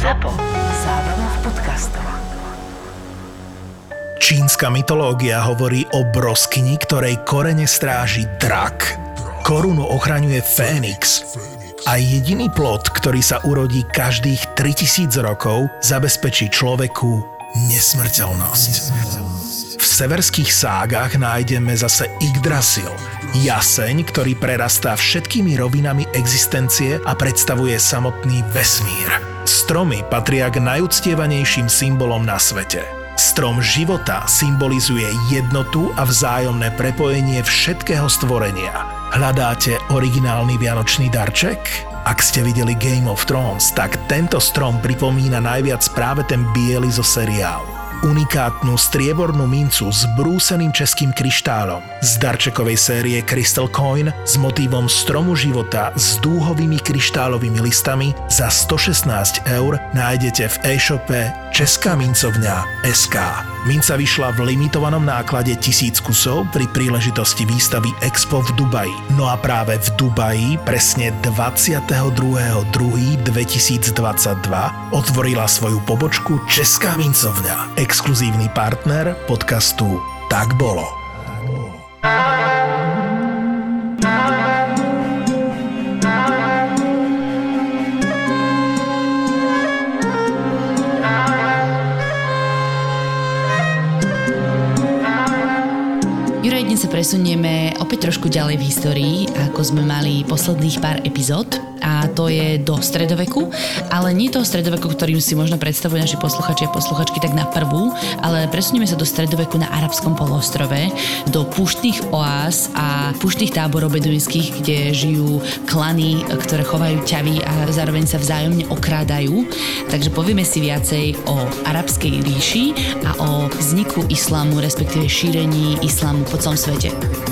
ZAPO. Zábrná v podcastov. Čínska mytológia hovorí o broskyni, ktorej korene stráži drak. Korunu ochraňuje Fénix. A jediný plod, ktorý sa urodí každých 3000 rokov, zabezpečí človeku nesmrteľnosť. V severských ságach nájdeme zase Yggdrasil, jaseň, ktorý prerastá všetkými rovinami existencie a predstavuje samotný vesmír. Stromy patria k najúctievanejším symbolom na svete. Strom života symbolizuje jednotu a vzájomné prepojenie všetkého stvorenia. Hľadáte originálny vianočný darček? Ak ste videli Game of Thrones, tak tento strom pripomína najviac práve ten biely zo seriálu. Unikátnu striebornú mincu s brúseným českým kryštálom z darčekovej série Crystal Coin s motívom stromu života s dúhovými kryštálovými listami za 116 € nájdete v e-shope Česká mincovňa SK. Minca vyšla v limitovanom náklade 1000 kusov pri príležitosti výstavy Expo v Dubaji. No a práve v Dubaji presne 22.2.2022 otvorila svoju pobočku Česká mincovňa, exkluzívny partner podcastu Tak bolo. Juraj, dnes sa presunieme opäť trošku ďalej v histórii, ako sme mali posledných pár epizód, a to je do stredoveku, ale nie toho stredoveku, ktorým si možno predstavujú naši posluchači a posluchačky tak na prvú, ale presunieme sa do stredoveku na Arabskom poloostrove, do púštnych oáz a púštnych táborov beduínskych, kde žijú klany, ktoré chovajú ťavy a zároveň sa vzájomne okrádajú. Takže povieme si viacej o Arabskej ríši a o vzniku islámu, respektíve šírení islámu po celom svete.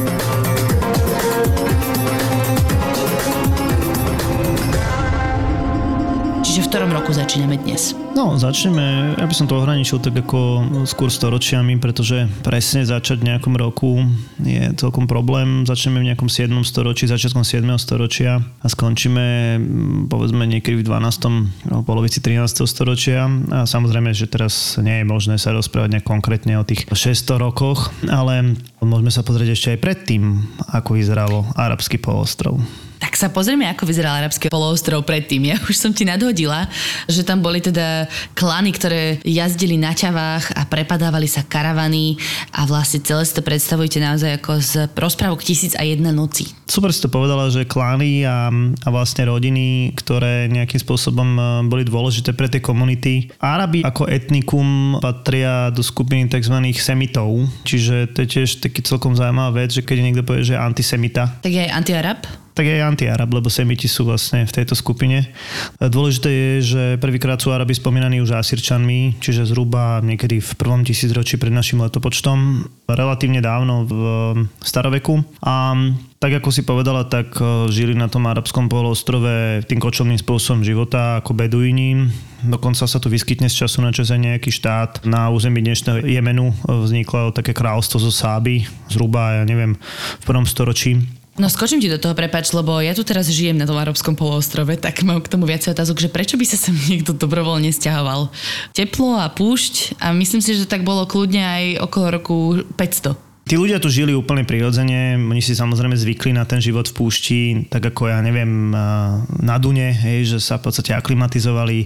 Čiže v ktorom roku začíname dnes? No, začneme, ja by som to ohraničil tak ako skôr storočiami, pretože presne začať v nejakom roku je celkom problém. Začneme v nejakom 7. storočí, začiatkom 7. storočia a skončíme povedzme niekedy v 12. polovici 13. storočia. A samozrejme, že teraz nie je možné sa rozprávať nejak konkrétne o tých 600 rokoch, ale môžeme sa pozrieť ešte aj predtým, ako vyzeralo Arabský poloostrov. Tak sa pozrieme, ako vyzeral Arabský poloostrov predtým. Ja už som ti nadhodila, že tam boli teda klany, ktoré jazdili na ťavách a prepadávali sa karavany a vlastne celé si to predstavujete naozaj ako z rozprávok 1001 noci. Super si to povedala, že klány a vlastne rodiny, ktoré nejakým spôsobom boli dôležité pre tie komunity. Arabi ako etnikum patria do skupiny tzv. Semitov, čiže to je tiež taký celkom zaujímavá vec, že keď niekto povie, že je antisemita. Tak je aj antiarab? Tak je anti-Arab, lebo Semiti sú vlastne v tejto skupine. Dôležité je, že prvýkrát sú Arabi spomínaní už Asýrčanmi, čiže zhruba niekedy v 1. tisícročí pred našim letopočtom, relatívne dávno v staroveku. A tak ako si povedala, tak žili na tom Arabskom poloostrove tým kočovným spôsobom života ako beduíni. Dokonca sa tu vyskytne z času na čas aj nejaký štát. Na území dnešného Jemenu vzniklo také kráľstvo zo Sáby, zhruba, ja neviem, v 1. storočí. No skočím ti do toho, prepáč, lebo ja tu teraz žijem na tom Arabskom poloostrove, tak mám k tomu viacej otázok, že prečo by sa sem niekto dobrovoľne sťahoval? Teplo a púšť a myslím si, že tak bolo kľudne aj okolo roku 500. Tí ľudia tu žili úplne prirodzene, oni si samozrejme zvykli na ten život v púšti, tak ako ja neviem, na Dune, hej, že sa v podstate aklimatizovali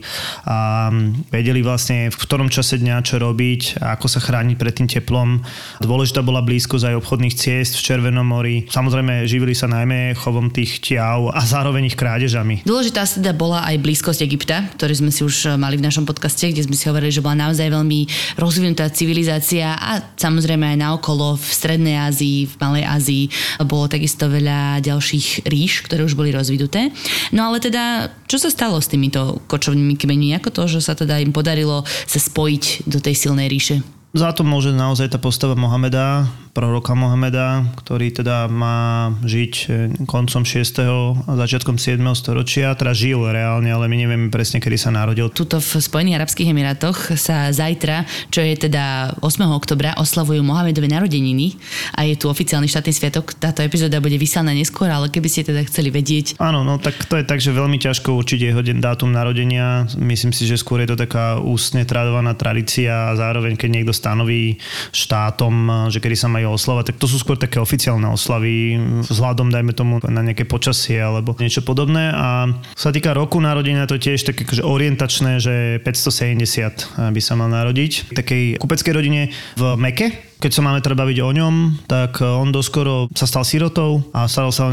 a vedeli vlastne v ktorom čase dňa čo robiť a ako sa chrániť pred tým teplom. Dôležitá bola blízkosť aj obchodných ciest v Červenom mori. Samozrejme živili sa najmä chovom tých ťav a zároveň ich krádežami. Dôležitá teda bola aj blízkosť Egypta, ktorý sme si už mali v našom podcaste, kde sme si hovorili, že bola naozaj veľmi rozvinutá civilizácia a samozrejme aj naokolo v Strednej Ázii, v Malej Ázii bolo takisto veľa ďalších ríš, ktoré už boli rozvinuté. No ale teda, čo sa stalo s týmito kočovnými kmeňmi? Ako to, že sa teda im podarilo sa spojiť do tej silnej ríše? Za to môže naozaj tá postava Mohameda, proroka Mohameda, ktorý teda má žiť koncom 6. a začiatkom 7. storočia. Teda žil reálne, ale my nevieme presne, kedy sa narodil. Tuto v Spojených arabských emirátoch sa zajtra, čo je teda 8. oktobra, oslavujú Mohamedove narodeniny a je tu oficiálny štátny sviatok. Táto epizóda bude vyslaná neskôr, ale keby ste teda chceli vedieť. Áno, no tak to je tak, že veľmi ťažko určiť jeho dátum narodenia. Myslím si, že skôr je to taká ústne tradovaná tradícia a zároveň, keď niekto stanoví štátom, že kedy sa majú oslavať, tak to sú skôr také oficiálne oslavy vzhľadom, dajme tomu, na nejaké počasie alebo niečo podobné. A sa týka roku narodenia, to je tiež také akože orientačné, že 570 by sa mal narodiť. V takej kupeckej rodine v Meke. Keď sa máme teda baviť o ňom, tak on doskoro sa stal sirotou a staral sa o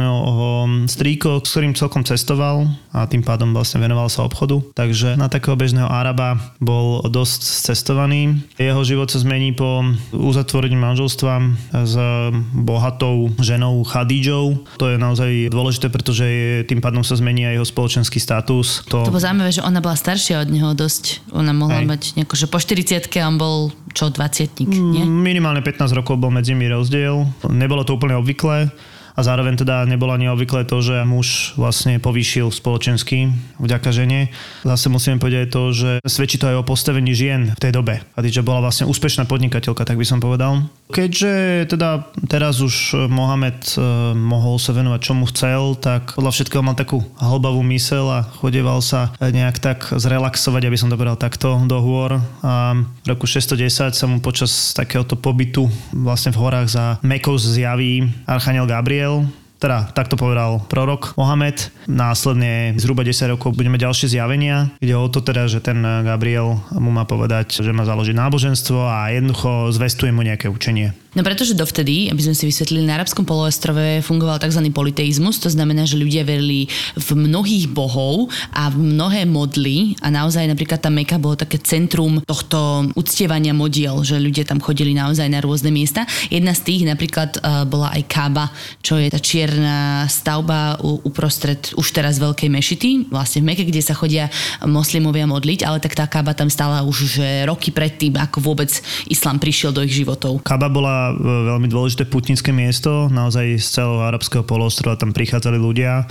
strýko, s ktorým celkom cestoval a tým pádom vlastne venoval sa obchodu. Takže na takého bežného Araba bol dosť cestovaný. Jeho život sa zmení po uzatvorení manželstva s bohatou ženou Chadídžou. To je naozaj dôležité, pretože tým pádom sa zmení aj jeho spoločenský status. To bolo zaujímavé, že ona bola staršia od neho dosť. Ona mohla mať nejako, že po 40-ke on bol čo, 20-tník, nie? Minimálne 15 rokov bol medzi nimi rozdiel. Nebolo to úplne obvyklé. A zároveň teda nebolo ani obvyklé to, že muž vlastne povýšil spoločensky vďaka žene. Zase musíme povedať to, že svedčí to aj o postavení žien v tej dobe. Khadídža bola vlastne úspešná podnikateľka, tak by som povedal. Keďže teda teraz už Mohamed mohol sa venovať čomu chcel, tak podľa všetkého mal takú hlbavú myseľ a chodieval sa nejak tak zrelaxovať, aby som to povedal takto, do hôr. A v roku 610 sa mu počas takéhoto pobytu vlastne v horách za Mekou zjaví archaniel Gabriel. Teda takto povedal prorok Mohamed. Následne zhruba 10 rokov budeme ďalšie zjavenia. Ide o to teda, že ten Gabriel mu má povedať, že má založiť náboženstvo a jednoducho zvestuje mu nejaké učenie. No pretože dovtedy, aby sme si vysvetlili, na arabskom poloostrove fungoval tzv. Polyteizmus, to znamená, že ľudia verili v mnohých bohov a v mnohé modly a naozaj napríklad tá Meka bolo také centrum tohto uctievania modiel, že ľudia tam chodili naozaj na rôzne miesta. Jedna z tých napríklad bola aj Kába, čo je tá čierna stavba uprostred už teraz veľkej mešity, vlastne v Meke, kde sa chodia moslimovia modliť, ale tak tá Kába tam stála už že roky predtým, ako vôbec islám prišiel do ich životov. Kába bola veľmi dôležité putnické miesto, naozaj z celého arabského poloostrova tam prichádzali ľudia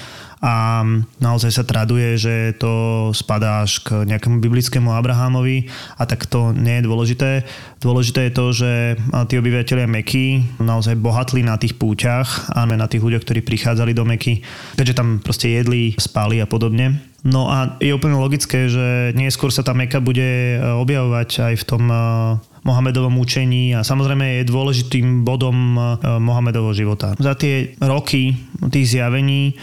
a naozaj sa traduje, že to spadá až k nejakému biblickému Abrahamovi a tak to nie je dôležité. Dôležité je to, že tí obyvateľia Meky naozaj bohatli na tých púťach a na tých ľuďoch, ktorí prichádzali do Meky, keďže tam proste jedli, spali a podobne. No a je úplne logické, že neskôr sa tá Meka bude objavovať aj v tom Mohamedovom učení a samozrejme je dôležitým bodom Mohamedovho života. Za tie roky tých zjavení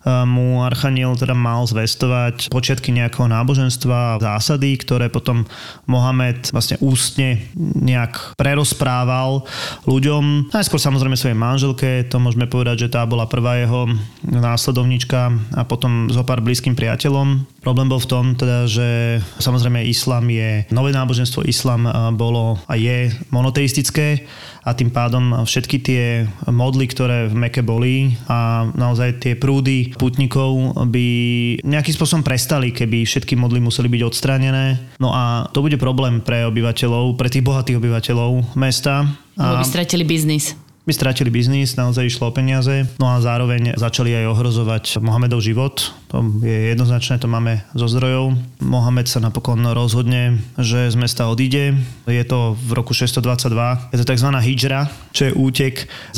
mu archaniel teda mal zvestovať počiatky nejakého náboženstva a zásady, ktoré potom Mohamed vlastne ústne nejak prerozprával ľuďom. Najskôr samozrejme svojej manželke, to môžeme povedať, že tá bola prvá jeho následovnička a potom zo pár blízkym priateľom. Problém bol v tom teda, že samozrejme islám je nové náboženstvo, islám bolo a je monoteistické a tým pádom všetky tie modly, ktoré v Meke boli a naozaj tie prúdy pútnikov by nejakým spôsobom prestali, keby všetky modly museli byť odstránené. No a to bude problém pre obyvateľov, pre tých bohatých obyvateľov mesta. Lebo by stratili biznis. By stratili biznis, naozaj išlo o peniaze, no a zároveň začali aj ohrozovať Mohamedov život. To je jednoznačné, to máme zo zdrojov. Mohamed sa napokon rozhodne, že z mesta odíde. Je to v roku 622. Je to tzv. Hidžra, čo je útek z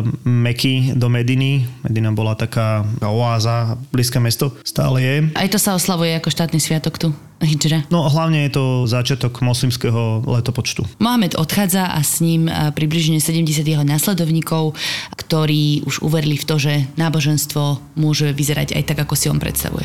Meky do Mediny. Medina bola taká oáza, blízke mesto, stále je. Aj to sa oslavuje ako štátny sviatok tu. Hidžra. No hlavne je to začiatok moslimského letopočtu. Mohamed odchádza a s ním približne 70 jeho následovníkov, ktorí už uverili v to, že náboženstvo môže vyzerať aj tak, ako si on predstavuje.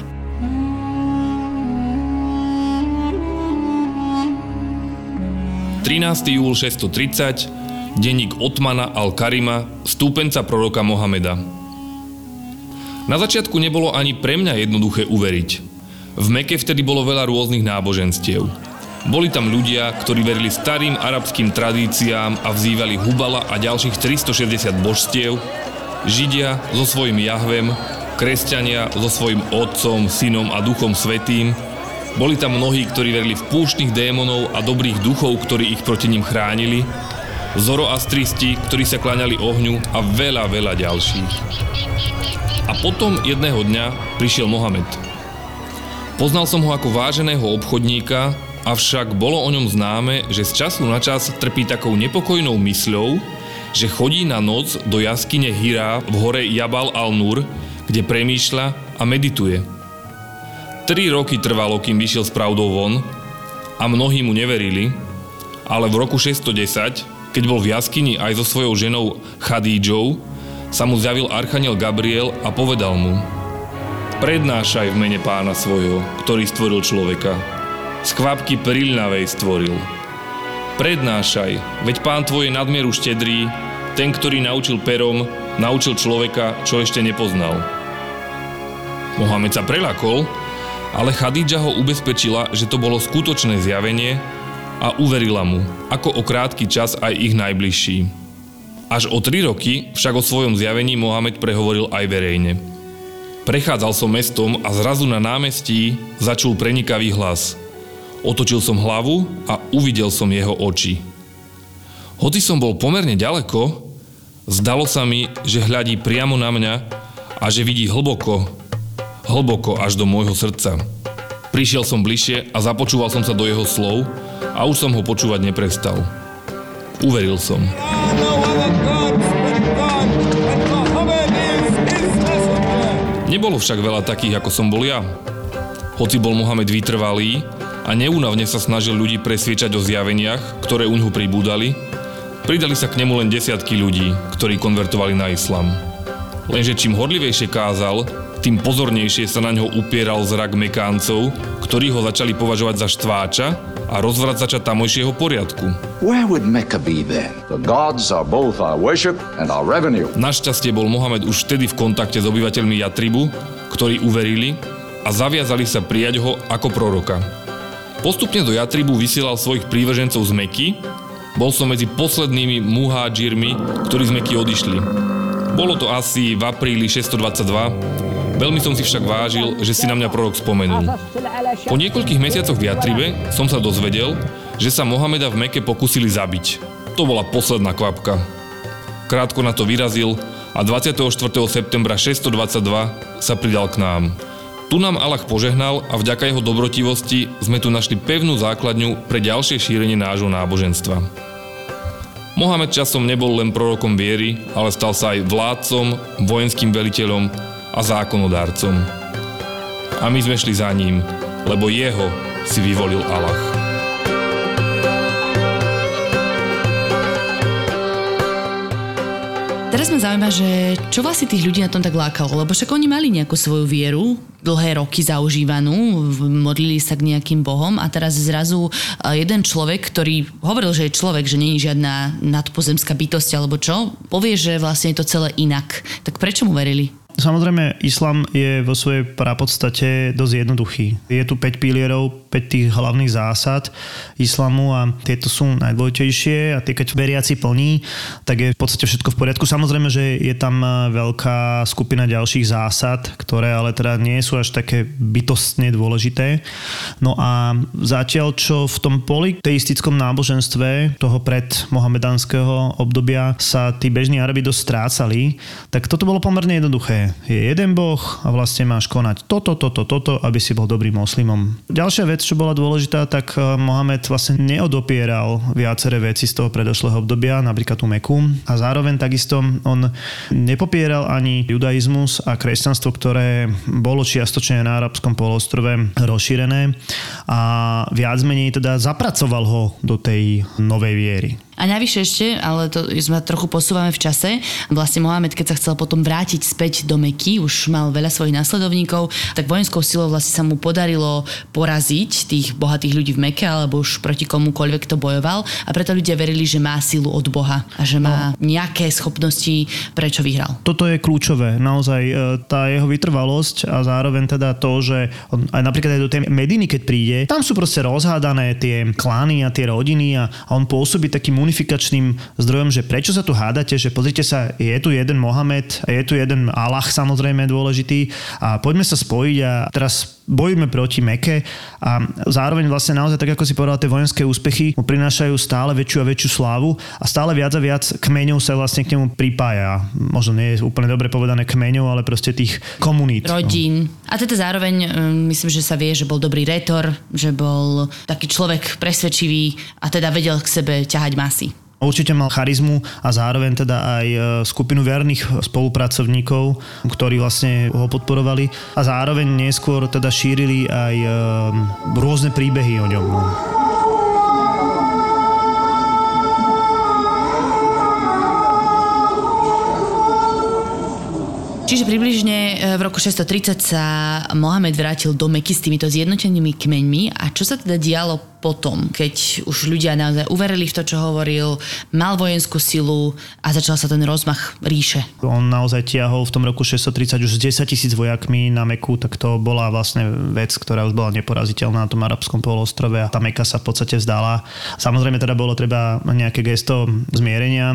Júl 630, denník Otmana al-Karima, stúpenca proroka Mohameda. Na začiatku nebolo ani pre mňa jednoduché uveriť. V Meke vtedy bolo veľa rôznych náboženstiev. Boli tam ľudia, ktorí verili starým arabským tradíciám a vzývali Hubala a ďalších 360 božstiev, Židia so svojím Jahvem, kresťania so svojím Otcom, Synom a Duchom Svätým. Boli tam mnohí, ktorí verili v púštnych démonov a dobrých duchov, ktorí ich proti nim chránili. zoroastristi, ktorí sa kláňali ohňu a veľa ďalších. A potom jedného dňa prišiel Mohamed. Poznal som ho ako váženého obchodníka, avšak bolo o ňom známe, že z času na čas trpí takou nepokojnou mysľou, že chodí na noc do jaskyne Hira v hore Jabal al-Nur, kde premýšľa a medituje. 3 roky trvalo, kým vyšiel s pravdou von a mnohí mu neverili, ale v roku 610, keď bol v jaskyni aj so svojou ženou Chadídžou, sa mu zjavil archaniel Gabriel a povedal mu: prednášaj v mene Pána svojho, ktorý stvoril človeka. Z kvapky prilnavej stvoril. Prednášaj, veď Pán tvoj je nadmieru štedrý, ten, ktorý naučil perom, naučil človeka, čo ešte nepoznal. Mohamed sa preľakol, ale Chadídža ho ubezpečila, že to bolo skutočné zjavenie a uverila mu, ako o krátky čas aj ich najbližší. Až o 3 roky však o svojom zjavení Mohamed prehovoril aj verejne. Prechádzal som mestom a zrazu na námestí začul prenikavý hlas. Otočil som hlavu a uvidel som jeho oči. Hoci som bol pomerne ďaleko, zdalo sa mi, že hľadí priamo na mňa a že vidí hlboko až do môjho srdca. Prišiel som bližšie a započúval som sa do jeho slov a už som ho počúvať neprestal. Uveril som. Nebolo však veľa takých, ako som bol ja. Hoci bol Mohamed vytrvalý a neúnavne sa snažil ľudí presviečať o zjaveniach, ktoré uňhu pribúdali, pridali sa k nemu len desiatky ľudí, ktorí konvertovali na islám. Lenže čím horlivejšie kázal, tým pozornejšie sa na ňo upieral zrak Mekáncov, ktorí ho začali považovať za štváča a rozvracača tamojšieho poriadku. Where would Mecca be then? The gods are both our worship and our revenue. Našťastie bol Mohamed už vtedy v kontakte s obyvateľmi Jatribu, ktorí uverili a zaviazali sa prijať ho ako proroka. Postupne do Jatribu vysielal svojich prívržencov z Meky. Bol som medzi poslednými muhádžirmi, ktorí z Meky odišli. Bolo to asi v apríli 622. Veľmi som si však vážil, že si na mňa prorok spomenul. Po niekoľkých mesiacoch v Jatribe som sa dozvedel, že sa Mohameda v Meke pokúsili zabiť. To bola posledná kvapka. Krátko na to vyrazil a 24. septembra 622 sa pridal k nám. Tu nám Allah požehnal a vďaka jeho dobrotivosti sme tu našli pevnú základňu pre ďalšie šírenie nášho náboženstva. Mohamed časom nebol len prorokom viery, ale stal sa aj vládcom, vojenským veliteľom a zákonodárcom. A my sme šli za ním, lebo jeho si vyvolil Allah. Teraz ma zaujíma, že čo vlastne tých ľudí na tom tak lákalo, lebo však oni mali nejakú svoju vieru, dlhé roky zaužívanú, modlili sa k nejakým bohom a teraz zrazu jeden človek, ktorý hovoril, že je človek, že nie je žiadna nadpozemská bytosť alebo čo, povie, že vlastne je to celé inak. Tak prečo mu verili? Samozrejme, islám je vo svojej prapodstate dosť jednoduchý. Je tu 5 pilierov, 5 tých hlavných zásad islamu a tieto sú najdôležitejšie a tie, keď veriaci plní, tak je v podstate všetko v poriadku. Samozrejme, že je tam veľká skupina ďalších zásad, ktoré ale teda nie sú až také bytostne dôležité. No a zatiaľ, čo v tom polyteistickom náboženstve toho predmohamedanského obdobia sa tí bežní Arabi dosť strácali, tak toto bolo pomerne jednoduché. Je jeden boh a vlastne máš konať toto, aby si bol dobrým moslimom. Ďalšia vec, čo bola dôležitá, tak Mohamed vlastne neodopieral viaceré veci z toho predošlého obdobia, napríklad tú Meku. A zároveň takisto on nepopieral ani judaizmus a kresťanstvo, ktoré bolo čiastočne na arabskom polostrove rozšírené a viac menej teda zapracoval ho do tej novej viery. A navyše ešte, ale to sme trochu posúvame v čase, vlastne Mohamed, keď sa chcel potom vrátiť späť do Meky, už mal veľa svojich následovníkov, tak vojenskou silou vlastne sa mu podarilo poraziť tých bohatých ľudí v Meke, alebo už proti komukoľvek to bojoval a preto ľudia verili, že má silu od Boha a že má nejaké schopnosti, prečo vyhral. Toto je kľúčové, naozaj tá jeho vytrvalosť a zároveň teda to, že on, aj napríklad aj do tej Mediny, keď príde, tam sú proste rozhádané tie klány a tie rodiny a on pôsobí takým unifikačným zdrojom, že prečo sa tu hádate, že pozrite sa, je tu jeden Mohamed a je tu jeden Allah samozrejme dôležitý a poďme sa spojiť a teraz bojujeme proti Meke a zároveň vlastne naozaj, tak ako si povedal, tie vojenské úspechy mu prinášajú stále väčšiu a väčšiu slávu a stále viac a viac kmeňov sa vlastne k nemu pripája. Možno nie je úplne dobre povedané kmeňov, ale proste tých komunít. Rodín. A teda zároveň myslím, že sa vie, že bol dobrý rétor, že bol taký človek presvedčivý a teda vedel k sebe ťahať masy. Určite mal charizmu a zároveň teda aj skupinu verných spolupracovníkov, ktorí vlastne ho podporovali a zároveň neskôr teda šírili aj rôzne príbehy o ňom. Čiže približne v roku 630 sa Mohamed vrátil do Meky s týmito zjednotenými kmeňmi a čo sa teda dialo potom, keď už ľudia naozaj uverili v to, čo hovoril, mal vojenskú silu a začal sa ten rozmach ríše. On naozaj tiahol v tom roku 630 už 10 000 vojakmi na Meku, tak to bola vlastne vec, ktorá už bola neporaziteľná na tom arabskom poloostrove a tá Meka sa v podstate vzdala. Samozrejme teda bolo treba nejaké gesto zmierenia.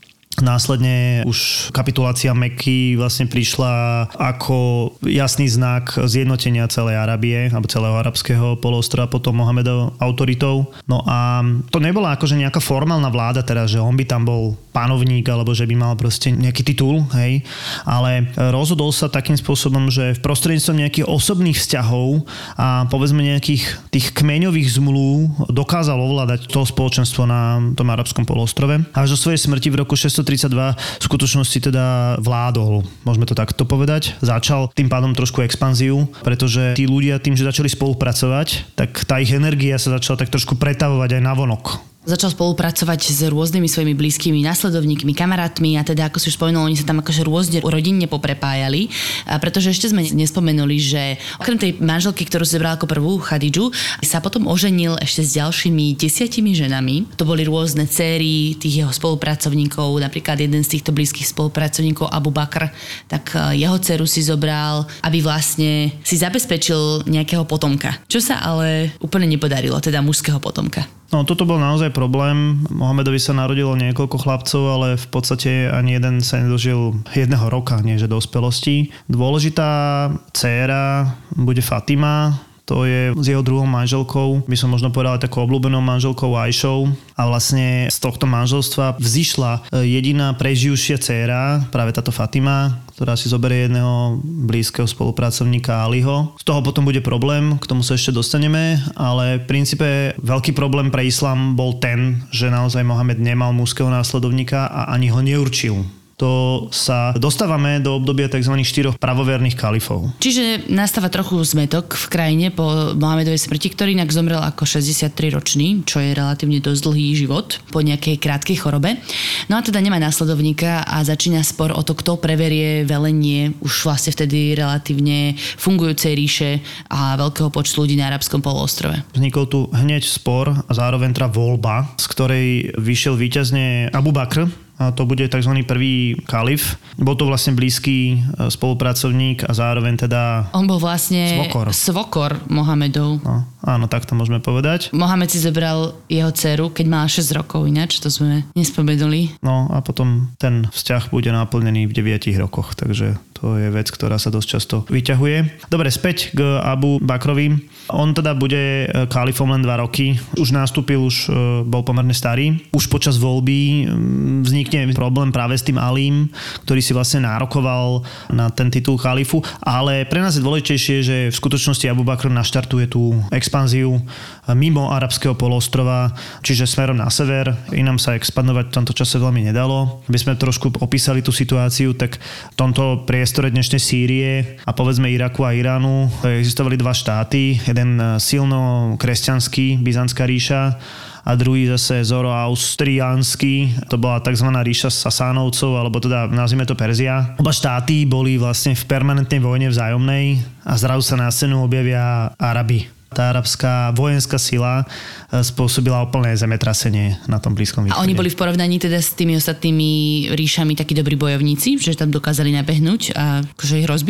Následne už kapitulácia Meky vlastne prišla ako jasný znak zjednotenia celej Arábie alebo celého arabského poloostrova potom Mohamedov autoritou. No a to nebola akože nejaká formálna vláda teraz, že on by tam bol panovník alebo že by mal proste nejaký titul, hej, ale rozhodol sa takým spôsobom, že v prostredníctvom nejakých osobných vzťahov a povedzme nejakých tých kmeňových zmluv dokázal ovládať to spoločenstvo na tom arabskom poloostrove. Až do svojej smrti v roku 632 v skutočnosti teda vládol, môžeme to takto povedať. Začal tým pádom trošku expanziu, pretože tí ľudia tým, že začali spolupracovať, tak tá ich energia sa začala tak trošku pretavovať aj na vonok. Začal spolupracovať s rôznymi svojimi blízkymi následovníkmi, kamarátmi a teda, ako si už spomenul, oni sa tam akože rôzne rodinne poprepájali, a pretože ešte sme nespomenuli, že okrem tej manželky, ktorú si zobral ako prvú, Chadidžu, sa potom oženil ešte s ďalšími 10 ženami. To boli rôzne céry tých jeho spolupracovníkov, napríklad jeden z týchto blízkych spolupracovníkov Abu Bakr, tak jeho dceru si zobral, aby vlastne si zabezpečil nejakého potomka. Čo sa ale úplne nepodarilo, teda mužského potomka. No toto bol naozaj problém. Mohamedovi sa narodilo niekoľko chlapcov, ale v podstate ani jeden sa nedožil 1 roka, nie že dospelosti. Dôležitá dcéra bude Fatima, to je s jeho druhou manželkou, by som možno povedal takou obľúbenou manželkou Ajšou. A vlastne z tohto manželstva vzišla jediná prežijúšia dcéra, práve táto Fatima, ktorá si zoberie jedného blízkeho spolupracovníka Aliho. Z toho potom bude problém, k tomu sa ešte dostaneme, ale v princípe veľký problém pre islám bol ten, že naozaj Mohamed nemal mužského následovníka a ani ho neurčil. To sa dostávame do obdobia tzv. 4 pravoverných kalifov. Čiže nastáva trochu zmetok v krajine po Mohamedovej smrti, ktorý inak zomrel ako 63-ročný, čo je relatívne dosť dlhý život po nejakej krátkej chorobe. No a teda nemá následovníka a začína spor o to, kto preverie velenie už vlastne vtedy relatívne fungujúcej ríše a veľkého počtu ľudí na arabskom poloostrove. Vznikol tu hneď spor a zároveň teda voľba, z ktorej vyšiel víťazne Abu Bakr. A to bude tzv. Prvý kalif. Bol to vlastne blízky spolupracovník a zároveň teda on bol vlastne svokor Mohamedov. No, áno, tak to môžeme povedať. Mohamed si zobral jeho dceru, keď mala 6 rokov ináč, to sme nespomenuli. No a potom ten vzťah bude naplnený v 9 rokoch, takže to je vec, ktorá sa dosť často vyťahuje. Dobre, späť k Abu Bakrovi. On teda bude kalifom len 2 roky. Už nastúpil, už bol pomerne starý. Už počas voľby vznikne problém práve s tým Alím, ktorý si vlastne nárokoval na ten titul kalifu, ale pre nás je dôležitejšie, že v skutočnosti Abu Bakr naštartuje tú expanziu mimo arabského poloostrova, čiže smerom na sever. Inám sa expandovať v tomto čase veľmi nedalo. Aby sme trošku opísali tú situáciu, tak v tomto priestore dnešnej Sýrie a povedzme Iraku a Iránu existovali 2 štáty. Jeden silno kresťanský, Byzantská ríša, a druhý zase zoroastriánsky, to bola tzv. Ríša Sasánovcov, alebo teda nazvime to Perzia. Oba štáty boli vlastne v permanentnej vojne vzájomnej a zrazu sa na scénu objavia Arabi. Tá arabská vojenská sila spôsobila úplné zemetrasenie na tom Blízkom východe. A oni boli v porovnaní teda s tými ostatnými ríšami takí dobrí bojovníci, že tam dokázali nabehnúť a akože ich rozbiť?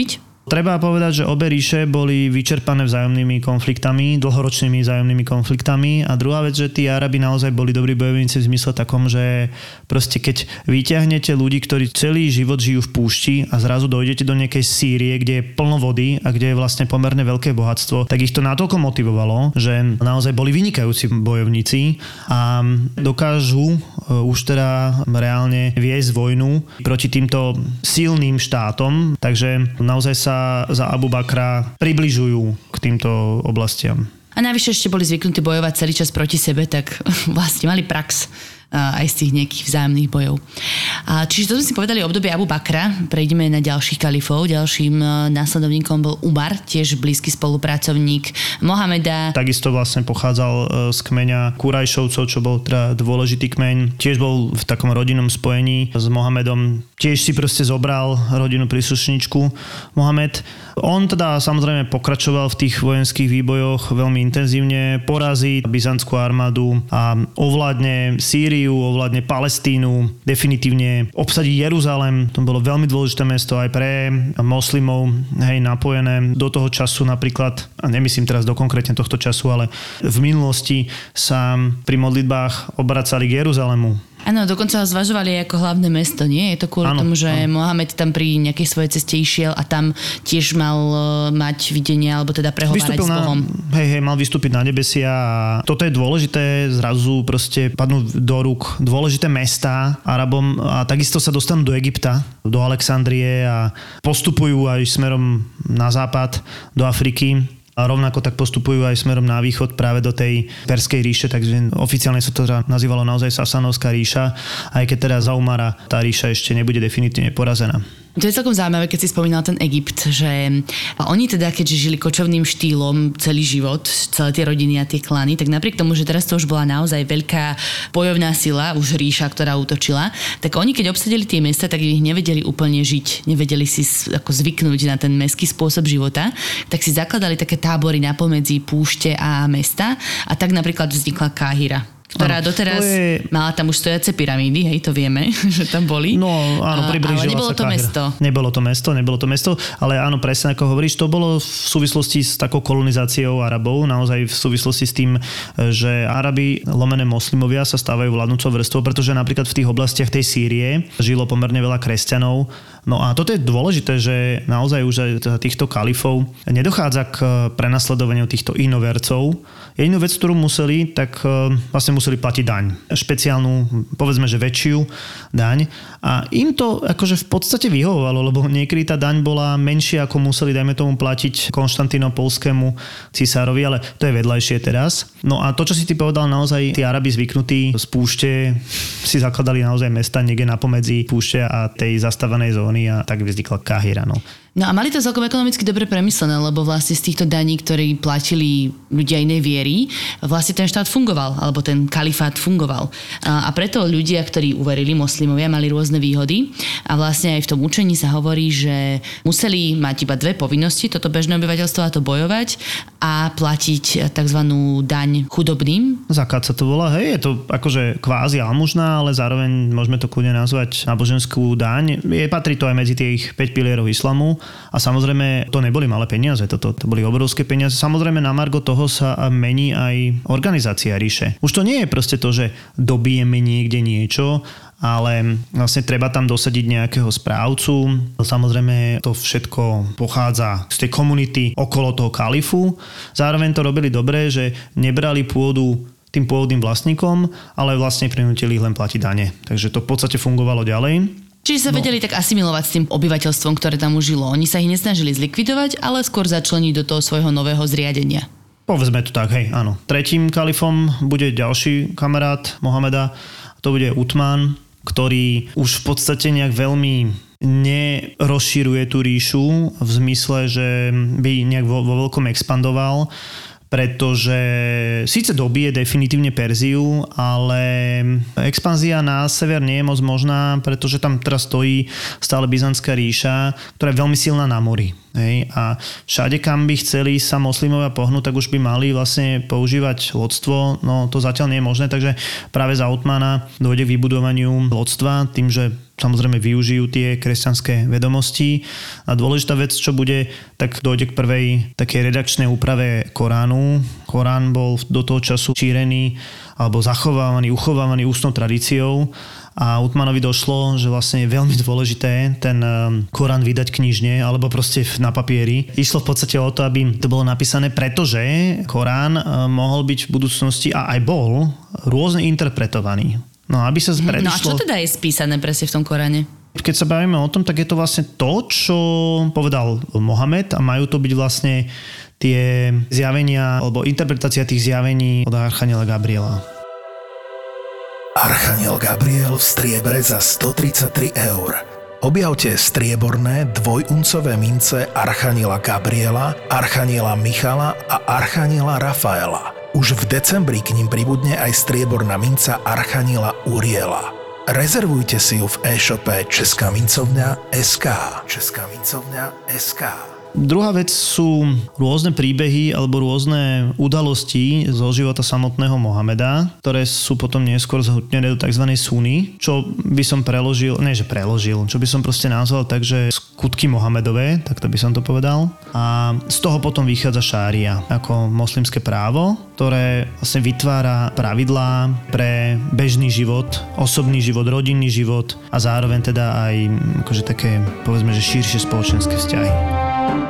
Treba povedať, že obe ríše boli vyčerpané vzájomnými konfliktami, dlhoročnými vzájomnými konfliktami a druhá vec, že tí Arabi naozaj boli dobrí bojovníci v zmysle takom, že proste keď vyťahnete ľudí, ktorí celý život žijú v púšti a zrazu dojdete do nejakej Sýrie, kde je plno vody a kde je vlastne pomerne veľké bohatstvo, tak ich to natoľko motivovalo, že naozaj boli vynikajúci bojovníci a dokážu už teda reálne viesť vojnu proti týmto silným štátom, takže naozaj sa za Abu Bakra približujú k týmto oblastiam. A navyše ešte boli zvyknutí bojovať celý čas proti sebe, tak vlastne mali prax aj z tých nejakých vzájomných bojov. Čiže to sme si povedali o obdobie Abu Bakra. Prejdeme na ďalších kalifov. Ďalším následovníkom bol Umar, tiež blízky spolupracovník Mohameda. Takisto vlastne pochádzal z kmeňa Kurajšovcov, čo bol teda dôležitý kmeň. Tiež bol v takom rodinnom spojení s Mohamedom. Tiež si proste zobral rodinnú príslušničku Mohamed. On teda samozrejme pokračoval v tých vojenských výbojoch veľmi intenzívne, porazí byzantskú armádu a ovládne Sýriu, ovládne Palestínu, definitívne obsadí Jeruzalém. To bolo veľmi dôležité mesto aj pre moslimov, napojené do toho času napríklad, a nemyslím teraz do konkrétne tohto času, ale v minulosti sa pri modlitbách obracali k Jeruzalému. Áno, dokonca ho zvažovali ako hlavné mesto, nie? Je to kvôli tomu, že Mohamed tam pri nejakej svojej ceste išiel a tam tiež mal mať videnie, alebo teda prehovárať s Bohom. Mal vystúpiť na nebesia a toto je dôležité, zrazu proste padnú do rúk dôležité mestá Arabom a takisto sa dostanú do Egypta, do Alexandrie a postupujú aj smerom na západ, do Afriky. A rovnako tak postupujú aj smerom na východ práve do tej Perskej ríše, takže oficiálne sa to nazývalo naozaj Sasanovská ríša, aj keď teda za Umara tá ríša ešte nebude definitívne porazená. To je celkom zaujímavé, keď si spomínal ten Egypt, že oni teda, keďže žili kočovným štýlom celý život, celé tie rodiny a tie klany, tak napriek tomu, že teraz to už bola naozaj veľká bojovná sila, už ríša, ktorá útočila, tak oni keď obsadili tie mesta, tak ich nevedeli úplne žiť, nevedeli si ako zvyknúť na ten mestský spôsob života, tak si zakladali také tábory napomedzi púšte a mesta a tak napríklad vznikla Káhira, ktorá doteraz mala tam už stojace pyramídy, hej, to vieme, že tam boli. No áno, priblížila ale nebolo sa to Káhira. mesto. Nebolo to mesto, ale áno, presne ako hovoríš, to bolo v súvislosti s takou kolonizáciou Arabov, naozaj v súvislosti s tým, že Arabi, lomené moslimovia sa stávajú vládnúcou vrstvou, pretože napríklad v tých oblastiach tej Sýrie žilo pomerne veľa kresťanov. No a toto je dôležité, že naozaj už aj týchto kalifov nedochádza k prenasledovaniu týchto inovercov. Jedinú vec, ktorú museli, tak vlastne museli platiť daň. Špeciálnu, povedzme, že väčšiu daň. A im to akože v podstate vyhovovalo, lebo niekedy tá daň bola menšia, ako museli, dajme tomu, platiť konštantínopolskému cisárovi, ale to je vedľajšie teraz. No a to, čo si ty povedal, naozaj tí Arabi zvyknutí z púšte si zakladali naozaj mesta niekde napomedzi púšte a tej zastávanej zóny a tak vznikla Káhira. No a mali to celkom ekonomicky dobre premyslené, lebo vlastne z týchto daní, ktoré platili ľudia inej viery, vlastne ten štát fungoval, alebo ten kalifát fungoval. A preto ľudia, ktorí uverili, moslimovia, mali rôzne výhody a vlastne aj v tom učení sa hovorí, že museli mať iba dve povinnosti, toto bežné obyvateľstvo, a to bojovať a platiť tzv. Daň chudobným. Zakát sa to volá, hej, je to akože kvázi almužná, ale zároveň môžeme to kľudne nazvať náboženskú daň. Patrí to aj medzi tých 5 pilierov islamu. A samozrejme, to neboli malé peniaze, to boli obrovské peniaze. Samozrejme, na margo toho sa mení aj organizácia ríše. Už to nie je proste to, že dobijeme niekde niečo, ale vlastne treba tam dosadiť nejakého správcu. Samozrejme, to všetko pochádza z tej komunity okolo toho kalifu. Zároveň to robili dobre, že nebrali pôdu tým pôvodným vlastníkom, ale vlastne prinútili ich len platiť dane. Takže to v podstate fungovalo ďalej. Čiže sa vedeli tak asimilovať s tým obyvateľstvom, ktoré tam už žilo. Oni sa ich nesnažili zlikvidovať, ale skôr začleniť do toho svojho nového zriadenia. Povedzme to tak, hej, áno. Tretím kalifom bude ďalší kamarát Mohameda, to bude Uthman, ktorý už v podstate nejak veľmi nerozširuje tú ríšu v zmysle, že by nejak vo veľkom expandoval, pretože síce dobije definitívne Perziu, ale expanzia na sever nie je moc možná, pretože tam teraz stojí stále Byzantská ríša, ktorá je veľmi silná na mori. Hej, a všade, kam by chceli sa moslimovia pohnúť, tak už by mali vlastne používať lodstvo. No to zatiaľ nie je možné, takže práve za Othmana dôjde k vybudovaniu lodstva tým, že samozrejme využijú tie kresťanské vedomosti. A dôležitá vec, čo bude, tak dôjde k prvej takej redakčnej úprave Koránu. Korán bol do toho času šírený alebo uchovávaný ústnou tradíciou. A Uthmanovi došlo, že vlastne je veľmi dôležité ten Korán vydať knižne alebo proste na papieri. Išlo v podstate o to, aby to bolo napísané, pretože Korán mohol byť v budúcnosti a aj bol rôzne interpretovaný. No aby sa predišlo... No a čo teda je spísané presne v tom Koráne? Keď sa bavíme o tom, tak je to vlastne to, čo povedal Mohamed a majú to byť vlastne tie zjavenia alebo interpretácia tých zjavení od archaniela Gabriela. Archaniel Gabriel v striebre za 133 €. Objavte strieborné dvojuncové mince Archaniela Gabriela, Archaniela Michala a Archaniela Rafaela. Už v decembri k nim pribudne aj strieborná minca Archaniela Uriela. Rezervujte si ju v e-shope Česká mincovňa SK. Česká mincovňa SK. Druhá vec sú rôzne príbehy alebo rôzne udalosti zo života samotného Mohameda, ktoré sú potom neskôr zhutnené do tzv. Sunny, čo by som čo by som proste nazval tak, že skutky Mohamedové, tak to by som to povedal. A z toho potom vychádza šária ako moslimské právo, ktoré vlastne vytvára pravidlá pre bežný život, osobný život, rodinný život a zároveň teda aj akože také, povedzme, že širšie spoločenské vzťahy.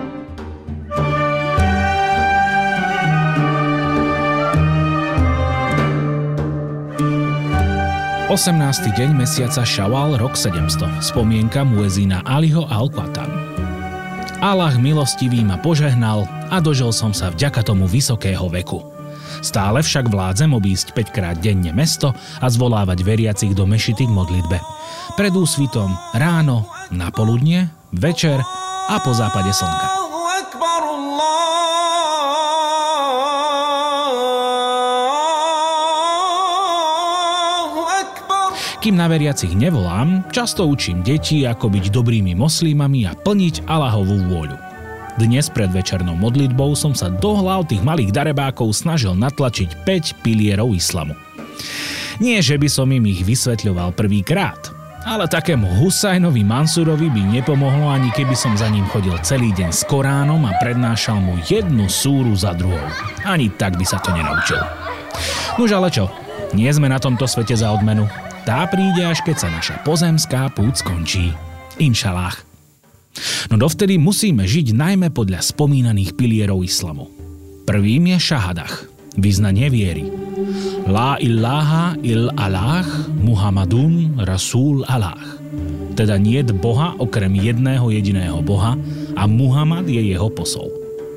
18. deň mesiaca Šawal, rok 700. Spomienka muezína Aliho al-Qatan. Allah milostivý ma požehnal a dožil som sa vďaka tomu vysokého veku. Stále však vládzem obísť 5-krát denne mesto a zvolávať veriacich do mešity k modlitbe. Pred úsvitom, ráno, na poludnie, večer a po západe slnka. Kým na veriacich nevolám, často učím deti, ako byť dobrými moslimami a plniť Allahovú vôľu. Dnes pred večernou modlitbou som sa do hlav tých malých darebákov snažil natlačiť 5 pilierov islamu. Nie, že by som im ich vysvetľoval prvýkrát, ale takému Husajnovi Mansurovi by nepomohlo, ani keby som za ním chodil celý deň s Koránom a prednášal mu jednu súru za druhou. Ani tak by sa to nenaučil. Nuž ale čo? Nie sme na tomto svete za odmenu. Tá príde, až keď sa naša pozemská púť skončí. Inšalách. No dovtedy musíme žiť najmä podľa spomínaných pilierov islamu. Prvým je šahadach, vyznanie viery. La ilaha illallah Muhammadun Rasul Allah. Teda niet Boha okrem jedného jediného Boha a Muhammad je jeho posol.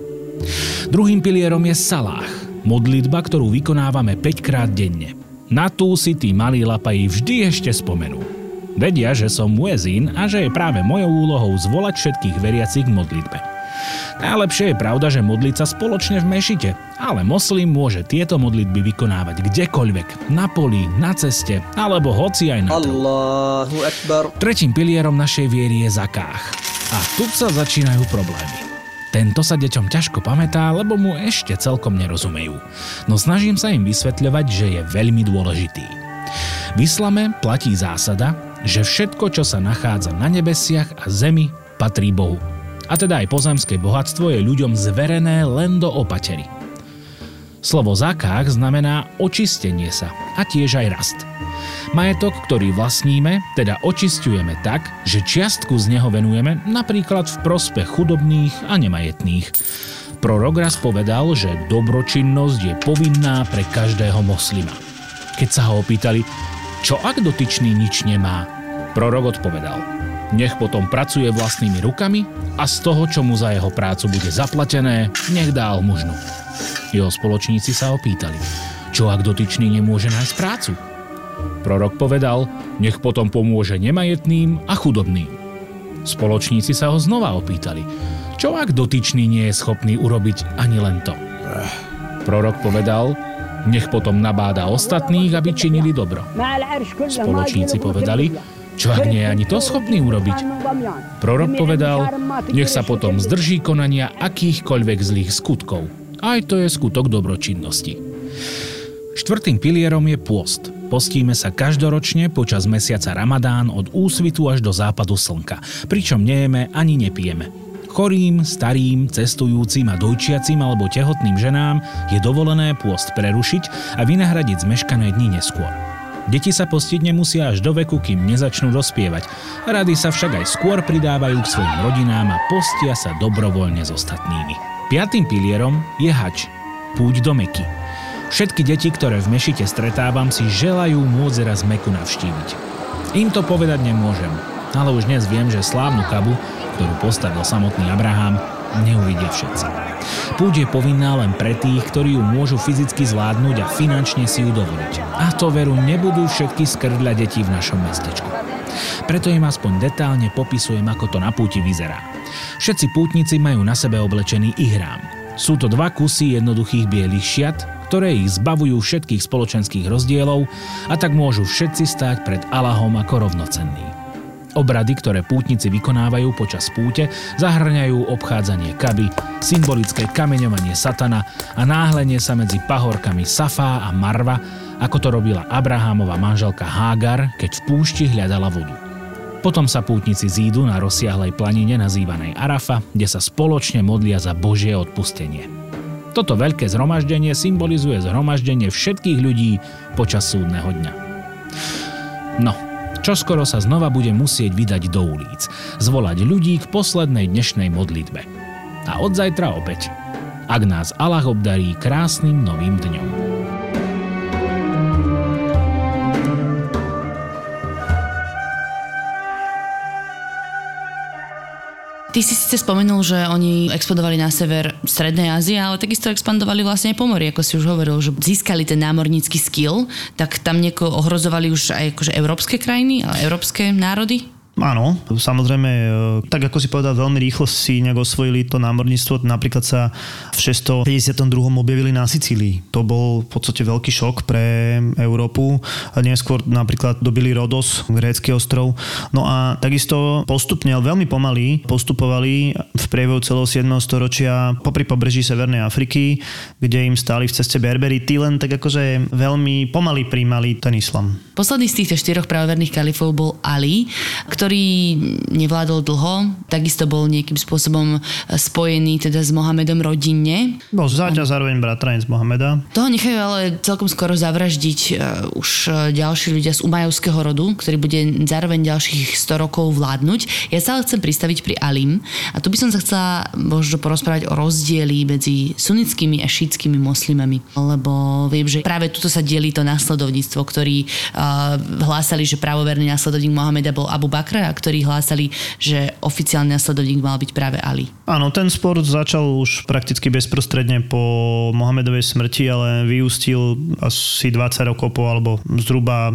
Druhým pilierom je saláh, modlitba, ktorú vykonávame 5-krát denne. Na tú si tí malí lapají vždy ešte spomenú. Vedia, že som muezín a že je práve mojou úlohou zvolať všetkých veriacich k modlitbe. Najlepšie je pravda, že modliť sa spoločne v mešite, ale moslim môže tieto modlitby vykonávať kdekoľvek, na poli, na ceste, alebo hoci aj na trhu. Allahu Akbar. Tretím pilierom našej viery je zakáh. A tu sa začínajú problémy. Tento sa deťom ťažko pamätá, lebo mu ešte celkom nerozumejú. No snažím sa im vysvetľovať, že je veľmi dôležitý. V islame platí zásada, že všetko, čo sa nachádza na nebesiach a zemi, patrí Bohu. A teda aj pozemské bohatstvo je ľuďom zverené len do opatery. Slovo zakáh znamená očistenie sa a tiež aj rast. Majetok, ktorý vlastníme, teda očisťujeme tak, že čiastku z neho venujeme napríklad v prospech chudobných a nemajetných. Prorok raz povedal, že dobročinnosť je povinná pre každého moslima. Keď sa ho opýtali, čo ak dotyčný nič nemá, prorok odpovedal, nech potom pracuje vlastnými rukami a z toho, čo mu za jeho prácu bude zaplatené, nech dá almužnu. Jeho spoločníci sa opýtali, čo ak dotyčný nemôže nájsť prácu? Prorok povedal, nech potom pomôže nemajetným a chudobným. Spoločníci sa ho znova opýtali, čo ak dotyčný nie je schopný urobiť ani len to? Prorok povedal, nech potom nabáda ostatných, aby činili dobro. Spoločníci povedali, Čo ak nie je ani to schopný urobiť? Prorok povedal, nech sa potom zdrží konania akýchkoľvek zlých skutkov. Aj to je skutok dobročinnosti. Štvrtým pilierom je pôst. Postíme sa každoročne počas mesiaca Ramadán od úsvitu až do západu slnka, pričom nejeme ani nepijeme. Chorým, starým, cestujúcim a dojčiacim alebo tehotným ženám je dovolené pôst prerušiť a vynahradiť zmeškané dni neskôr. Deti sa postiť nemusia až do veku, kým nezačnú dospievať. Rady sa však aj skôr pridávajú k svojim rodinám a postia sa dobrovoľne s ostatnými. Piatým pilierom je hadž, púť do Meky. Všetky deti, ktoré v mešite stretávam, si želajú môcť raz Meku navštíviť. Im to povedať nemôžem, ale už dnes viem, že slávnu Kabu, ktorú postavil samotný Abraham, neuvidia všetci. Púť je povinná len pre tých, ktorí ju môžu fyzicky zvládnuť a finančne si ju dovoliť. A to veru nebudú všetky skrdľa detí v našom mestečku. Preto im aspoň detálne popisujem, ako to na púti vyzerá. Všetci pútnici majú na sebe oblečený ihrám. Sú to 2 kusy jednoduchých bielých šiat, ktoré ich zbavujú všetkých spoločenských rozdielov a tak môžu všetci stáť pred Allahom ako rovnocenní. Obrady, ktoré pútnici vykonávajú počas púte, zahŕňajú obchádzanie Kaby, symbolické kameňovanie satana a náhlenie sa medzi pahorkami Safá a Marva, ako to robila Abrahámova manželka Hágar, keď v púšti hľadala vodu. Potom sa pútnici zídu na rozsiahlej planine nazývanej Arafa, kde sa spoločne modlia za Božie odpustenie. Toto veľké zhromaždenie symbolizuje zhromaždenie všetkých ľudí počas súdneho dňa. No, čoskoro sa znova bude musieť vydať do ulic, zvolať ľudí k poslednej dnešnej modlitbe. A od zajtra opäť, ak nás Allah obdarí krásnym novým dňom. Ty si síce spomenul, že oni expandovali na sever Strednej Ázie, ale takisto expandovali vlastne aj po mori, ako si už hovoril, že získali ten námornícky skill, tak tam ohrozovali už aj akože európske krajiny, ale európske národy? Áno, samozrejme, tak ako si povedal, veľmi rýchlo si nejak osvojili to námorníctvo. Napríklad sa v 652. objavili na Sicílii. To bol v podstate veľký šok pre Európu. Neskôr napríklad dobili Rodos, grécky ostrov. No a takisto postupne, ale veľmi pomaly postupovali v priebehu celého 7. storočia popri pobreží Severnej Afriky, kde im stáli v ceste Berberi. Tí len tak akože veľmi pomaly prijímali ten islam. Posledný z týchto 4 pravoverných kalifov bol Ali, ktorý nevládol dlho, takisto bol nejakým spôsobom spojený teda s Mohamedom rodinne. Bol záťa zároveň bratranec Mohameda. Toho nechajú ale celkom skoro zavraždiť už ďalší ľudia z umajovského rodu, ktorý bude zároveň ďalších 100 rokov vládnuť. Ja sa ale chcem pristaviť pri Alim a tu by som sa chcela možno porozprávať o rozdieli medzi sunnickými a šítskými moslimami, lebo viem, že práve tuto sa delí to nasledovníctvo, ktorí hlásali, že pravoverný nasledovník Mohameda bol Abu Bakr a ktorí hlásali, že oficiálny nasledovník mal byť práve Ali. Áno, ten spor začal už prakticky bezprostredne po Mohamedovej smrti, ale vyústil asi 20 rokov po, alebo zhruba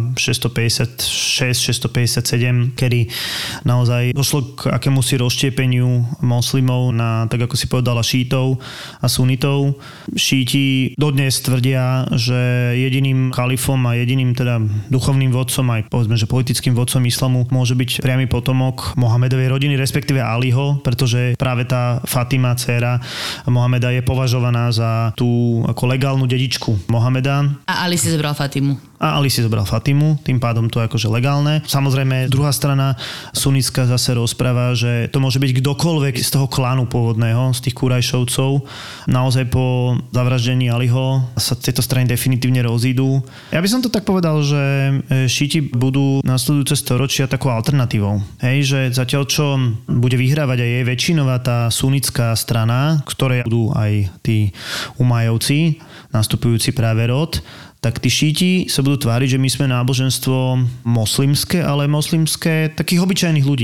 656-657, kedy naozaj došlo k akémusi rozštiepeniu moslimov na, tak ako si povedala, šítov a sunitov. Šíti dodnes tvrdia, že jediným kalifom a jediným teda duchovným vodcom, aj povedzme, že politickým vodcom islamu môže byť priamy potomok Mohamedovej rodiny, respektíve Aliho, pretože práve tá Fatima, dcéra Mohameda, je považovaná za tú ako legálnu dedičku Mohameda. A Ali si zobral Fatimu. A Ali si zobral Fatimu, tým pádom to je akože legálne. Samozrejme, druhá strana sunnická zase rozpráva, že to môže byť kdokoľvek z toho klanu pôvodného, z tých Kurajšovcov. Naozaj po zavraždení Aliho sa tieto strany definitívne rozídu. Ja by som to tak povedal, že šíti budú nasledujúce storočia takou alternatívou. Hej, že zatiaľ čo bude vyhrávať aj jej väčšinová tá sunnická strana, ktoré budú aj tí Umajovci, nastupujúci práve rod, tak tí šíti sa budú tváriť, že my sme náboženstvo moslimské, ale moslimské takých obyčajných ľudí.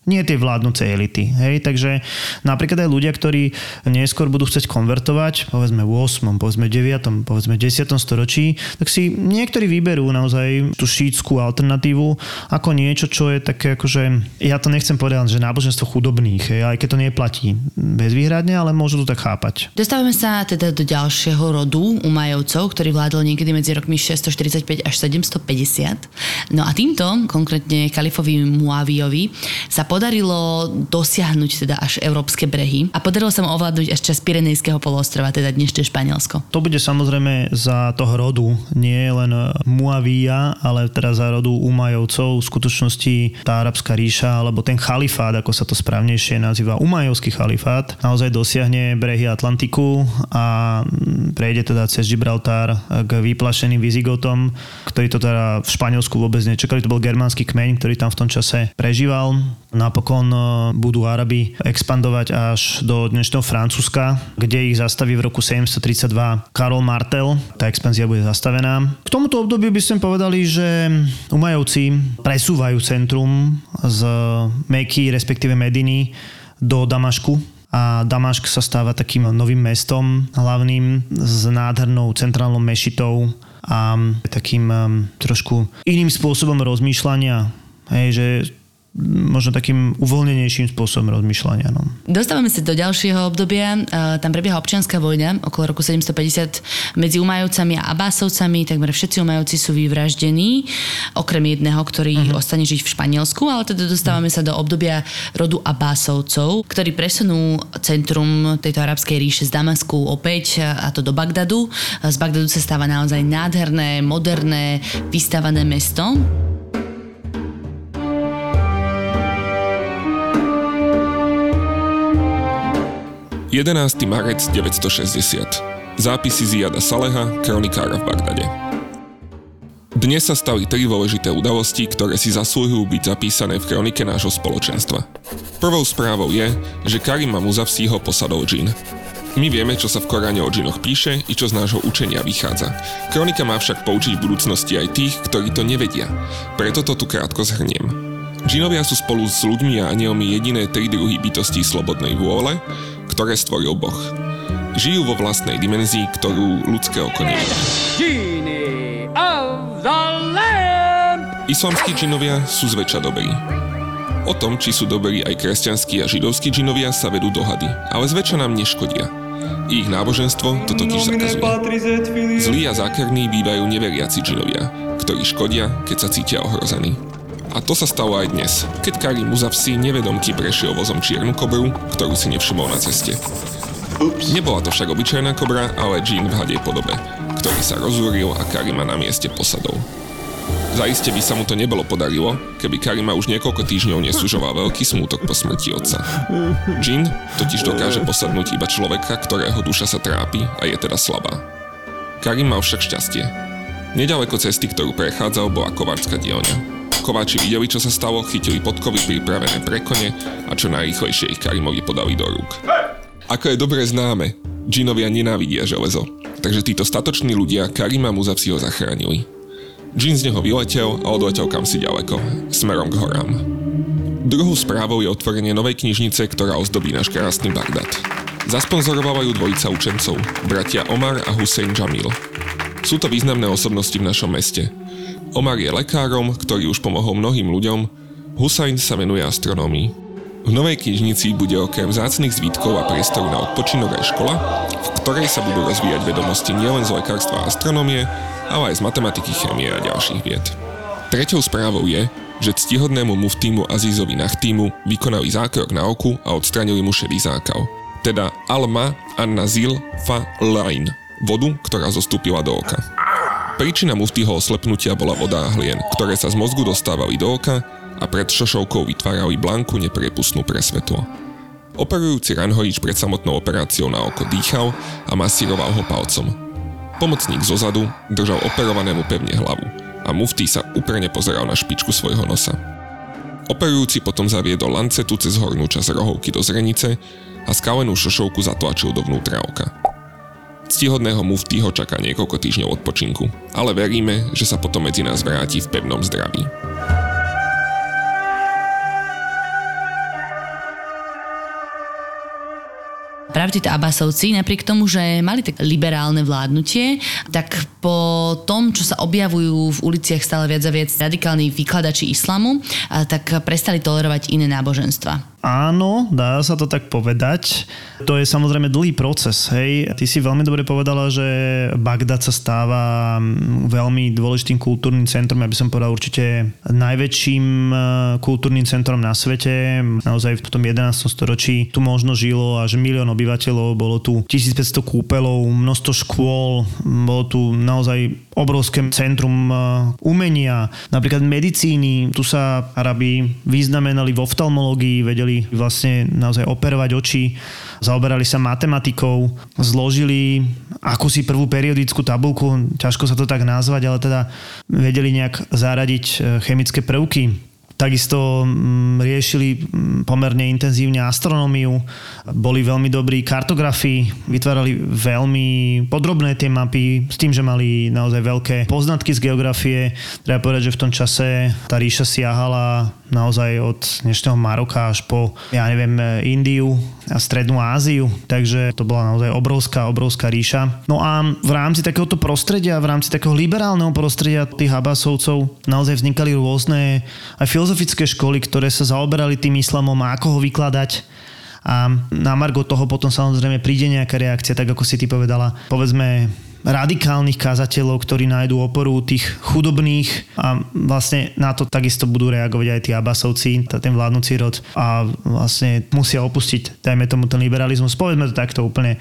Nie tie vládnuce elity. Hej? Takže napríklad aj ľudia, ktorí neskôr budú chcieť konvertovať, povedzme v 8., povedzme 9., povedzme 10. storočí, tak si niektorí vyberú naozaj tú šítskú alternatívu ako niečo, čo je také akože, ja to nechcem povedať, že náboženstvo chudobných, hej? Aj keď to neplatí bezvýhradne, ale môžu to tak chápať. Dostávame sa teda do ďalšieho rodu Umajovcov, ktorý vládol niekedy medzi rokmi 645 až 750. No a týmto, konkrétne kalifovi Muawijovi, sa podarilo dosiahnuť teda až európske brehy a podarilo sa mu ovládnuť až časť Pyrenejského poloostrova, teda dnešné Španielsko. To bude samozrejme za toho rodu, nie len Muawija, ale teda za rodu Umajovcov. V skutočnosti tá arabská ríša, alebo ten chalifát, ako sa to správnejšie nazýva, Umajovský chalifát, naozaj dosiahne brehy Atlantiku a prejde teda cez Gibraltar k vyplašeným Vizigotom, ktorí to teda v Španielsku vôbec nečakali. To bol germánsky kmeň, ktorý tam v tom čase prežíval. Napokon budú Arabi expandovať až do dnešného Francúzska, kde ich zastaví v roku 732 Karol Martel. Tá expanzia bude zastavená. K tomuto obdobiu by sme povedali, že Umajovci presúvajú centrum z Meky, respektíve Mediny, do Damašku. A Damašk sa stáva takým novým mestom hlavným s nádhernou centrálnou mešitou a takým trošku iným spôsobom rozmýšľania. Hej, že možno takým uvoľnenejším spôsobom rozmýšľania. No. Dostávame sa do ďalšieho obdobia. Tam prebieha občianska vojna okolo roku 750 medzi Umajovcami a Abbásovcami. Takmer všetci Umajovci sú vyvraždení, okrem jedného, ktorý ostane žiť v Španielsku, ale teda dostávame sa do obdobia rodu Abbásovcov, ktorí presunú centrum tejto arabskej ríše z Damasku opäť, a to do Bagdadu. Z Bagdadu sa stáva naozaj nádherné, moderné, vystavané mesto. 11. marec 960. Zápisy Ziyada Saleha, kronikára v Bagdade. Dnes sa stali 3 dôležité udalosti, ktoré si zaslúhujú byť zapísané v kronike nášho spoločenstva. Prvou správou je, že Karima Muzafsího posadol džin. My vieme, čo sa v Koráne o džinoch píše i čo z nášho učenia vychádza. Kronika má však poučiť v budúcnosti aj tých, ktorí to nevedia. Preto to tu krátko zhrniem. Džinovia sú spolu s ľuďmi a anielmi jediné 3 druhy bytostí slobodnej vôle, ktoré stvoril Boh. Žijú vo vlastnej dimenzii, ktorú ľudské oko nevidí. Islamskí džinovia sú zväčša dobrí. O tom, či sú dobrí aj kresťanskí a židovskí džinovia, sa vedú dohady, ale zväčša nám neškodia. Ich náboženstvo to totiž zakazuje. Zlí a zákerní bývajú neveriaci džinovia, ktorí škodia, keď sa cítia ohrození. A to sa stalo aj dnes, keď Karim Muzafsí nevedomky prešiel vozom čiernu kobru, ktorú si nevšimol na ceste. Nebola to však obyčajná kobra, ale džín v hadej podobe, ktorý sa rozúril a Karima na mieste posadol. Zaiste by sa mu to nebolo podarilo, keby Karima už niekoľko týždňov nesúžoval veľký smútok po smrti otca. Džín totiž dokáže posadnúť iba človeka, ktorého duša sa trápi a je teda slabá. Karim mal však šťastie. Nedaleko cesty, ktorú prechádzal, bola kovárska dielňa. Kováči videli, čo sa stalo, chytili podkovy pripravené pre kone a čo najrýchlejšie ich Karimovi podali do rúk. Ako je dobre známe, džinovia nenávidia železo, takže títo statoční ľudia Karima Muzafsího zachránili. Džin z neho vyletel a odletel kamsi ďaleko, smerom k horám. Druhou správou je otvorenie novej knižnice, ktorá ozdobí náš krásny Bagdad. Zasponzorovala ju dvojica učencov, bratia Omar a Hussein Jamil. Sú to významné osobnosti v našom meste. Omar je lekárom, ktorý už pomohol mnohým ľuďom, Hussein sa venuje astronómii. V novej knižnici bude okrem vzácnych zvítkov a priestoru na odpočinok aj škola, v ktorej sa budú rozvíjať vedomosti nielen z lekárstva a astronómie, ale aj z matematiky, chémie a ďalších vied. Treťou správou je, že ctihodnému muftímu Azízovi Nachtímu vykonali zákrok na oku a odstránili mu šedý zákav, teda Alma an-Nazil fa Lain, vodu, ktorá zostúpila do oka. Príčina muftího oslepnutia bola voda a hlien, ktoré sa z mozgu dostávali do oka a pred šošovkou vytvárali blanku nepriepustnú pre svetlo. Operujúci ranhojič pred samotnou operáciou na oko dýchal a masíroval ho palcom. Pomocník zozadu držal operovanému pevne hlavu a muftí sa úprene pozeral na špičku svojho nosa. Operujúci potom zaviedol lancetu cez hornú časť rohovky do zrenice a skálenú šošovku zatlačil dovnútra oka. Ctihodného muftího čaká niekoľko týždňov odpočinku, ale veríme, že sa potom medzi nás vráti v pevnom zdraví. práve títo Abbasovci, napriek tomu, že mali tak liberálne vládnutie, tak po tom, čo sa objavujú v uliciach stále viac a viac radikálni vykladači islamu, tak prestali tolerovať iné náboženstva. Áno, dá sa to tak povedať. To je samozrejme dlhý proces, hej. Ty si veľmi dobre povedala, že Bagdad sa stáva veľmi dôležitým kultúrnym centrom, ja by som povedal určite najväčším kultúrnym centrom na svete. Naozaj v tom 11. storočí tu možno žilo až 1 000 000 obyvateľov, bolo tu 1500 kúpeľov, množstvo škôl, bolo tu naozaj obrovské centrum umenia, napríklad medicíny. Tu sa Arabi vyznamenali v oftalmológii, vedeli vlastne naozaj operovať oči, zaoberali sa matematikou, zložili akúsi prvú periodickú tabuľku, ťažko sa to tak nazvať, ale teda vedeli nejak zaradiť chemické prvky. Takisto riešili pomerne intenzívne astronómiu, boli veľmi dobrí kartografi, vytvárali veľmi podrobné tie mapy s tým, že mali naozaj veľké poznatky z geografie. Treba povedať, že v tom čase tá ríša siahala naozaj od dnešného Maroka až po, Indiu a Strednú Áziu, takže to bola naozaj obrovská ríša. No a v rámci takéhoto prostredia, v rámci takého liberálneho prostredia tých Abbasovcov naozaj vznikali rôzne aj filozofické školy, ktoré sa zaoberali tým islamom a ako ho vykladať. A na margo toho potom samozrejme príde nejaká reakcia, tak ako si ty povedala, povedzme radikálnych kazateľov, ktorí nájdú oporu tých chudobných a vlastne na to takisto budú reagovať aj tí Abbasovci, ten vládnuci rod a vlastne musia opustiť, dajme tomu ten liberalizmus. Povedzme to takto úplne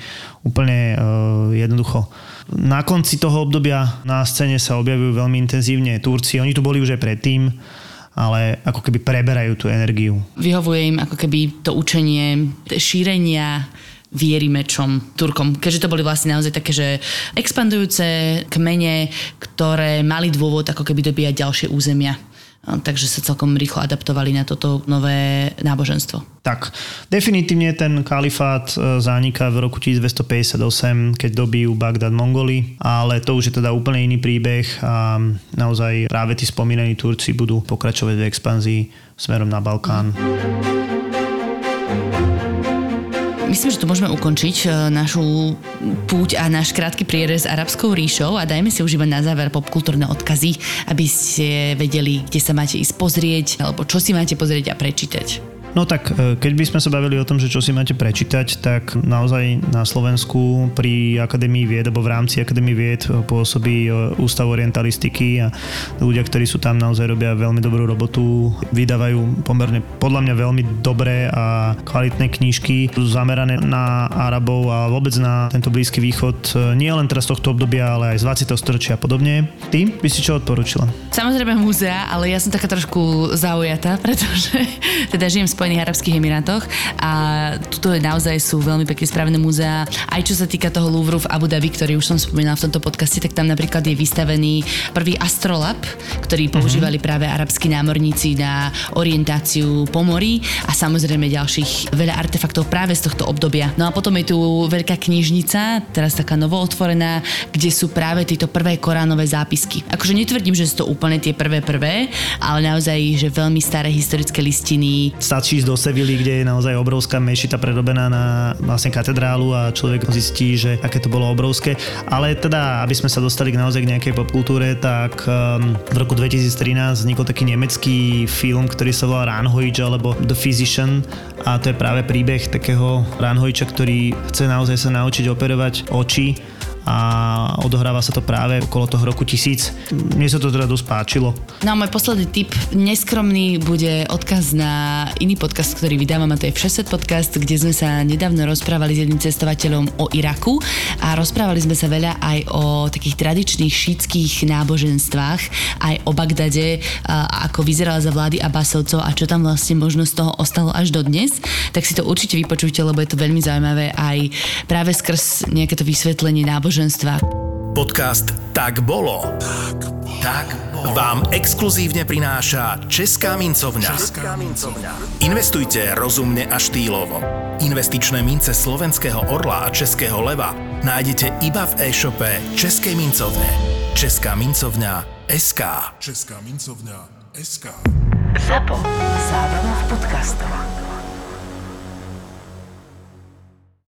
jednoducho. Na konci toho obdobia na scéne sa objavujú veľmi intenzívne Turci, oni tu boli už aj predtým, ale ako keby preberajú tú energiu. Vyhovuje im ako keby to učenie šírenia viery mečom Turkom. Keďže to boli vlastne naozaj také, že expandujúce kmene, ktoré mali dôvod ako keby dobíjať ďalšie územia. Takže sa celkom rýchlo adaptovali na toto nové náboženstvo. Tak, definitívne ten kalifát zaniká v roku 1258, keď dobijú Bagdad Mongoli, ale to už je teda úplne iný príbeh a naozaj práve tí spomínaní Turci budú pokračovať v expanzii smerom na Balkán. Myslím, že tu môžeme ukončiť našu púť a náš krátky prierez arabskou ríšou a dajme si už iba na záver popkultúrne odkazy, aby ste vedeli, kde sa máte ísť pozrieť alebo čo si máte pozrieť a prečítať. No tak, keď by sme sa bavili o tom, že čo si máte prečítať, tak naozaj na Slovensku pri Akadémii vied, alebo v rámci Akadémie vied pôsobí Ústav orientalistiky a ľudia, ktorí sú tam, naozaj robia veľmi dobrú robotu, vydávajú pomerne podľa mňa veľmi dobré a kvalitné knižky zamerané na Arabov a vôbec na tento Blízky východ, nie len teraz z tohto obdobia, ale aj z 20. storočia a podobne. Ty by si čo odporúčila? Samozrejme múzea, ale ja som taká trošku zaujatá, pretože teda žijem v Spojených arabských emirátoch a tuto naozaj sú veľmi pekne spravené múzea. Aj čo sa týka toho Louvru v Abu Dhabi, ktorý už som spomínala v tomto podcaste, tak tam napríklad je vystavený prvý astrolab, ktorý používali práve arabskí námorníci na orientáciu po mori a samozrejme ďalších veľa artefaktov práve z tohto obdobia. No a potom je tu veľká knižnica, teraz taká novootvorená, kde sú práve tieto prvé koránové zápisky. Akože netvrdím, že sú to úplne tie prvé, ale naozaj, že veľmi staré historické listiny. Stačí ísť do Sevilly, kde je naozaj obrovská mešita prerobená na vlastne katedrálu a človek zistí, že aké to bolo obrovské. Ale teda, aby sme sa dostali naozaj k nejakej popkultúre, tak v roku 2013 vznikol taký nemecký film, ktorý sa volá Ranhojič alebo The Physician a to je práve príbeh takého Ranhojiča, ktorý chce naozaj sa naučiť operovať oči a odohráva sa to práve okolo toho roku 1000. Mne sa to teda dosť páčilo. No a môj posledný tip, neskromný, bude odkaz na iný podcast, ktorý vydávam, a to je Všeset podcast, kde sme sa nedávno rozprávali s jedným cestovateľom o Iraku a rozprávali sme sa veľa aj o takých tradičných šítskych náboženstvách, aj o Bagdade, ako vyzerala za vlády Abbasovcov a čo tam vlastne možno z toho ostalo až do dnes. Tak si to určite vypočujte, lebo je to veľmi zaujímavé aj práve skrz nejaké to vysvetlenie náboženstva. Podcast Tak bolo. Vám exkluzívne prináša Česká mincovňa. Investujte rozumne a štýlovo. Investičné mince slovenského orla a českého leva nájdete iba v e-shope Českej mincovne. Česká mincovňa SK. Zapo. Zábrná v podcastovách.